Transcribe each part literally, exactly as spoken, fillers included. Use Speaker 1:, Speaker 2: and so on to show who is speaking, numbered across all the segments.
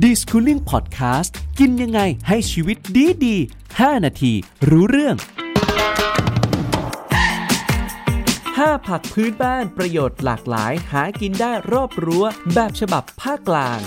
Speaker 1: Deschooling Podcast กินยังไงให้ชีวิตดีดีห้านาทีรู้เรื่องห้าผักพื้นบ้านประโยชน์หลากหลายหากินได้รอบรั้วแบบฉบับภาคกลาง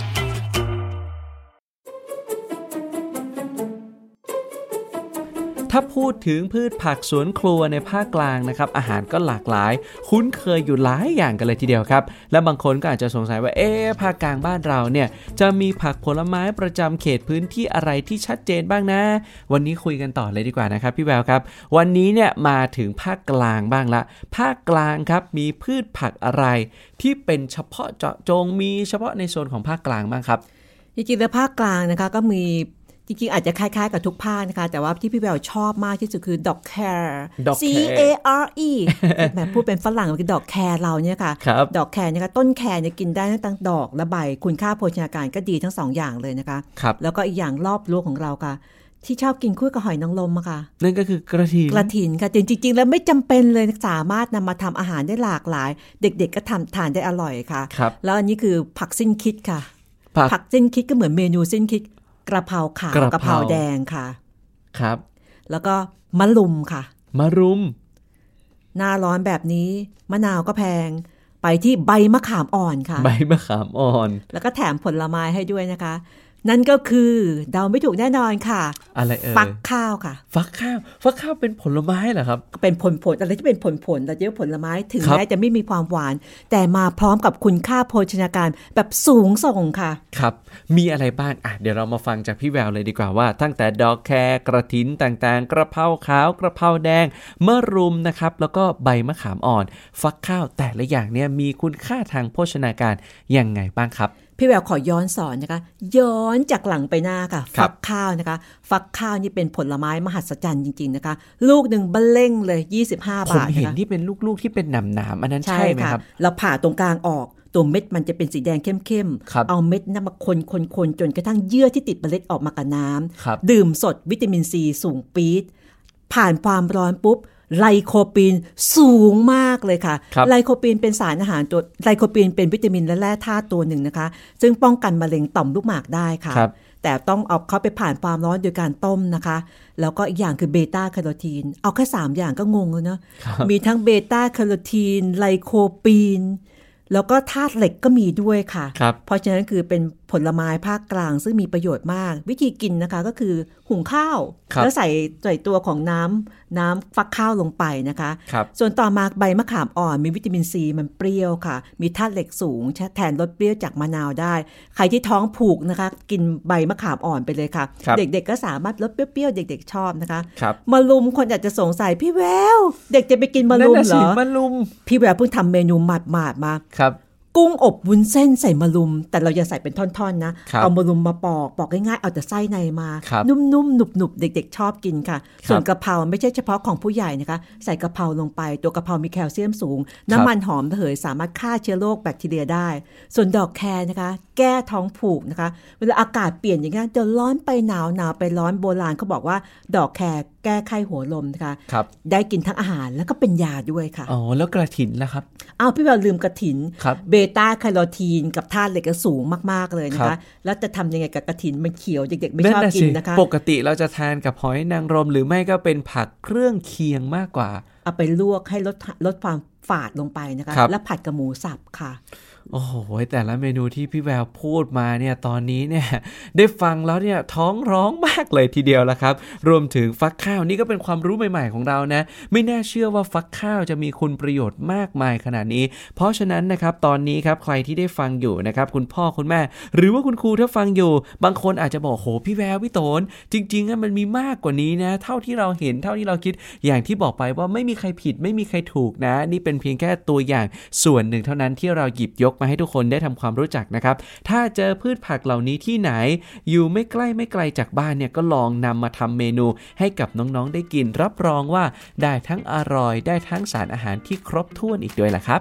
Speaker 1: ถ้าพูดถึงพืชผักสวนครัวในภาคกลางนะครับอาหารก็หลากหลายคุ้นเคยอยู่หลายอย่างกันเลยทีเดียวครับและบางคนก็อาจจะสงสัยว่าเอ๊ะภาคกลางบ้านเราเนี่ยจะมีผักผลไม้ประจำเขตพื้นที่อะไรที่ชัดเจนบ้างนะวันนี้คุยกันต่อเลยดีกว่านะครับพี่แววครับวันนี้เนี่ยมาถึงภาคกลางบ้างละภาคกลางครับมีพืชผักอะไรที่เป็นเฉพาะเจาะจงมีเฉพาะในโซนของภาคกลางบ้างครับ
Speaker 2: จริงๆแล้วภาคกลางนะคะก็มีจริงๆอาจจะคล้ายๆกับทุกภาคนะคะแต่ว่าที่พี่แววชอบมากที่สุดคือดอกแคร์ C A R E แบบพูดเป็นฝรั่งคือดอกแคร์เราเนี่ยค่ะดอกแคร์นะคะต้นแคร์เนี่ยกินได้ทั้งดอกและใบคุณค่าโภชนาการก็ดีทั้งสองอย่างเลยนะคะแล้วก็อีกอย่างรอบรั้วของเราค่ะที่ชอบกินคู่กับหอยนางรมอะค่ะ
Speaker 1: นั่นก็คือกระถิน
Speaker 2: กระถินค่ะจริงๆแล้วไม่จำเป็นเลยสามารถนำมาทำอาหารได้หลากหลายเด็กๆก็ทำทานได้อร่อยค่ะแล้วอันนี้คือผักสิ้นคิดค่ะผักสิ้นคิดก็เหมือนเมนูสิ้นคิดกระเพราขาวกระเพราแดงค่ะ
Speaker 1: ครับ
Speaker 2: แล้วก็มะรุมค่ะ
Speaker 1: มะรุม
Speaker 2: หน้าร้อนแบบนี้มะนาวก็แพงไปที่ใบมะขามอ่อนค่ะ
Speaker 1: ใบมะขามอ่อน
Speaker 2: แล้วก็แถมผลไม้ให้ด้วยนะคะนั่นก็คือเดาไม่ถูกแน่นอนค่ะ
Speaker 1: อะไรเอ่ย
Speaker 2: ฟักข้าวค่ะ
Speaker 1: ฟักข้าวฟักข้าวเป็นผลไม้เหรอครับ
Speaker 2: เป็นผลผลอะไรที่เป็นผลผลแต่เยอะผลไม้ถึงแม้จะไม่มีความหวานแต่มาพร้อมกับคุณค่าโภชนาการแบบสูงส่งค่ะ
Speaker 1: ครับมีอะไรบ้างอ่ะเดี๋ยวเรามาฟังจากพี่แววเลยดีกว่าว่าตั้งแต่ดอกแครกระถินต่างๆกระเพราขาวกระเพราแดงมะรุมนะครับแล้วก็ใบมะขามอ่อนฟักข้าวแต่ละอย่างเนี่ยมีคุณค่าทางโภชนาการยังไงบ้างครับ
Speaker 2: พี่แววขอย้อนสอนนะคะย้อนจากหลังไปหน้าค่ะฟักข้าวนะคะฟักข้าวนี่เป็นผลไม้มหัศจรรย์จริงๆนะคะลูกหนึ่งเบลเล่งเลยยี่สิบห้าบาท
Speaker 1: ผมเห็นที่เป็นลูกๆที่เป็นหนามๆอันนั้นใช่ไหมครับ
Speaker 2: เราผ่าตรงกลางออกตัวเม็ดมันจะเป็นสีแดงเข้มๆเอาเม็ดน้ำมาคนๆๆจนกระทั่งเยื่อที่ติดเมล็ดออกมากับน้ำดื่มสดวิตามินซีสูงปี๊ดผ่านความร้อนปุ๊บไลโคปีนสูงมากเลยค่ะไลโคปีนเป็นสารอาหารตัวไลโคปีนเป็นวิตามินและแร่ธาตุตัวหนึ่งนะคะซึ่งป้องกันมะเร็งต่อมลูกหมากได้ค่ะแต่ต้องเอาเขาไปผ่านความร้อนโดยการต้มนะคะแล้วก็อีกอย่างคือเบต้าแคโรทีนเอาแค่สามอย่างก็งงเลยเนาะมีทั้งเบต้าแคโรทีนไลโคปีนแล้วก็ธาตุเหล็กก็มีด้วยค่ะเพราะฉะนั้นคือเป็นผลไม้ภาคกลางซึ่งมีประโยชน์มากวิธีกินนะคะก็คือหุงข้าวแล้วใส่ใส่ตัวของน้ำน้ำฟักข้าวลงไปนะคะส่วนต่อมาใบมะขามอ่อนมีวิตามินซีมันเปรี้ยวค่ะมีธาตุเหล็กสูงแทนรสเปรี้ยวจากมะนาวได้ใครที่ท้องผูกนะคะกินใบมะขามอ่อนไปเลยค่ะเด็กๆก็สามารถรสเปรี้ยวๆเด็กๆชอบนะคะมะรุมคนอาจจะสงสัยพี่แววเด็กจะไปกินมะรุมเหรอ
Speaker 1: มะรุม
Speaker 2: พี่แววเพิ่งทำเมนูหมาดๆมา
Speaker 1: ครับ
Speaker 2: กุ้งอบวุ้นเส้นใส่มะรุมแต่เราอย่าใส่เป็นท่อนๆนะเอามะรุมมาปอกปอกง่ายๆเอาแต่ไส้ในมานุ่มๆหนุบๆเด็กๆชอบกินค่ะส่วนกะเพราไม่ใช่เฉพาะของผู้ใหญ่นะคะใส่กะเพราลงไปตัวกะเพรามีแคลเซียมสูงน้ำมันหอมระเหยสามารถฆ่าเชื้อโรคแบคทีเรียได้ส่วนดอกแครนะคะแก้ท้องผูกนะคะเวลาอากาศเปลี่ยนอย่างเงี้ยจะร้อนไปหนาวหนาวไปร้อนโบราณเขาบอกว่าดอกแครแก้ไข้หัวลมนะคะได้กินทั้งอาหารแล้วก็เป็นยาด้วยค่ะ
Speaker 1: อ๋อแล้วกระถินล่ะครับ
Speaker 2: อ้าวพี่แววลืมกระถินเบต้าแคโรทีนกับธาตุเหล็กสูงมากๆเลยนะคะแล้วจะทำยังไงกับกระถินมันเขียวเด็กๆไม่ชอบกินนะคะ
Speaker 1: ปกติเราจะทานกับหอยนางรมหรือไม่ก็เป็นผักเครื่องเคียงมากกว่า
Speaker 2: เอาไปลวกให้ลดลดความฝาดลงไปนะคะแล้วผัดกับหมูสับค่ะ
Speaker 1: โอ้โหแต่ละเมนูที่พี่แววพูดมาเนี่ยตอนนี้เนี่ยได้ฟังแล้วเนี่ยท้องร้องมากเลยทีเดียวละครับรวมถึงฟักข้าวนี่ก็เป็นความรู้ใหม่ๆของเรานะไม่น่าเชื่อว่าฟักข้าวจะมีคุณประโยชน์มากมายขนาดนี้เพราะฉะนั้นนะครับตอนนี้ครับใครที่ได้ฟังอยู่นะครับคุณพ่อคุณแม่หรือว่าคุณครูถ้าฟังอยู่บางคนอาจจะบอกโหพี่แววพี่โตนจริงๆมันมีมากกว่านี้นะเท่าที่เราเห็นเท่าที่เราคิดอย่างที่บอกไปว่าไม่มีใครผิดไม่มีใครถูกนะนี่เป็นเพียงแค่ตัวอย่างส่วนหนึ่งเท่านั้นที่เราหยิบยกมาให้ทุกคนได้ทำความรู้จักนะครับถ้าเจอพืชผักเหล่านี้ที่ไหนอยู่ไม่ใกล้ไม่ไกลจากบ้านเนี่ยก็ลองนำมาทำเมนูให้กับน้องๆได้กินรับรองว่าได้ทั้งอร่อยได้ทั้งสารอาหารที่ครบถ้วนอีกด้วยล่ะครับ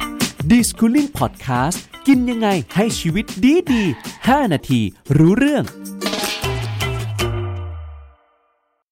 Speaker 1: Deschooling Podcast กินยังไงให้ชีวิตดีๆห้านาทีรู้เรื่อง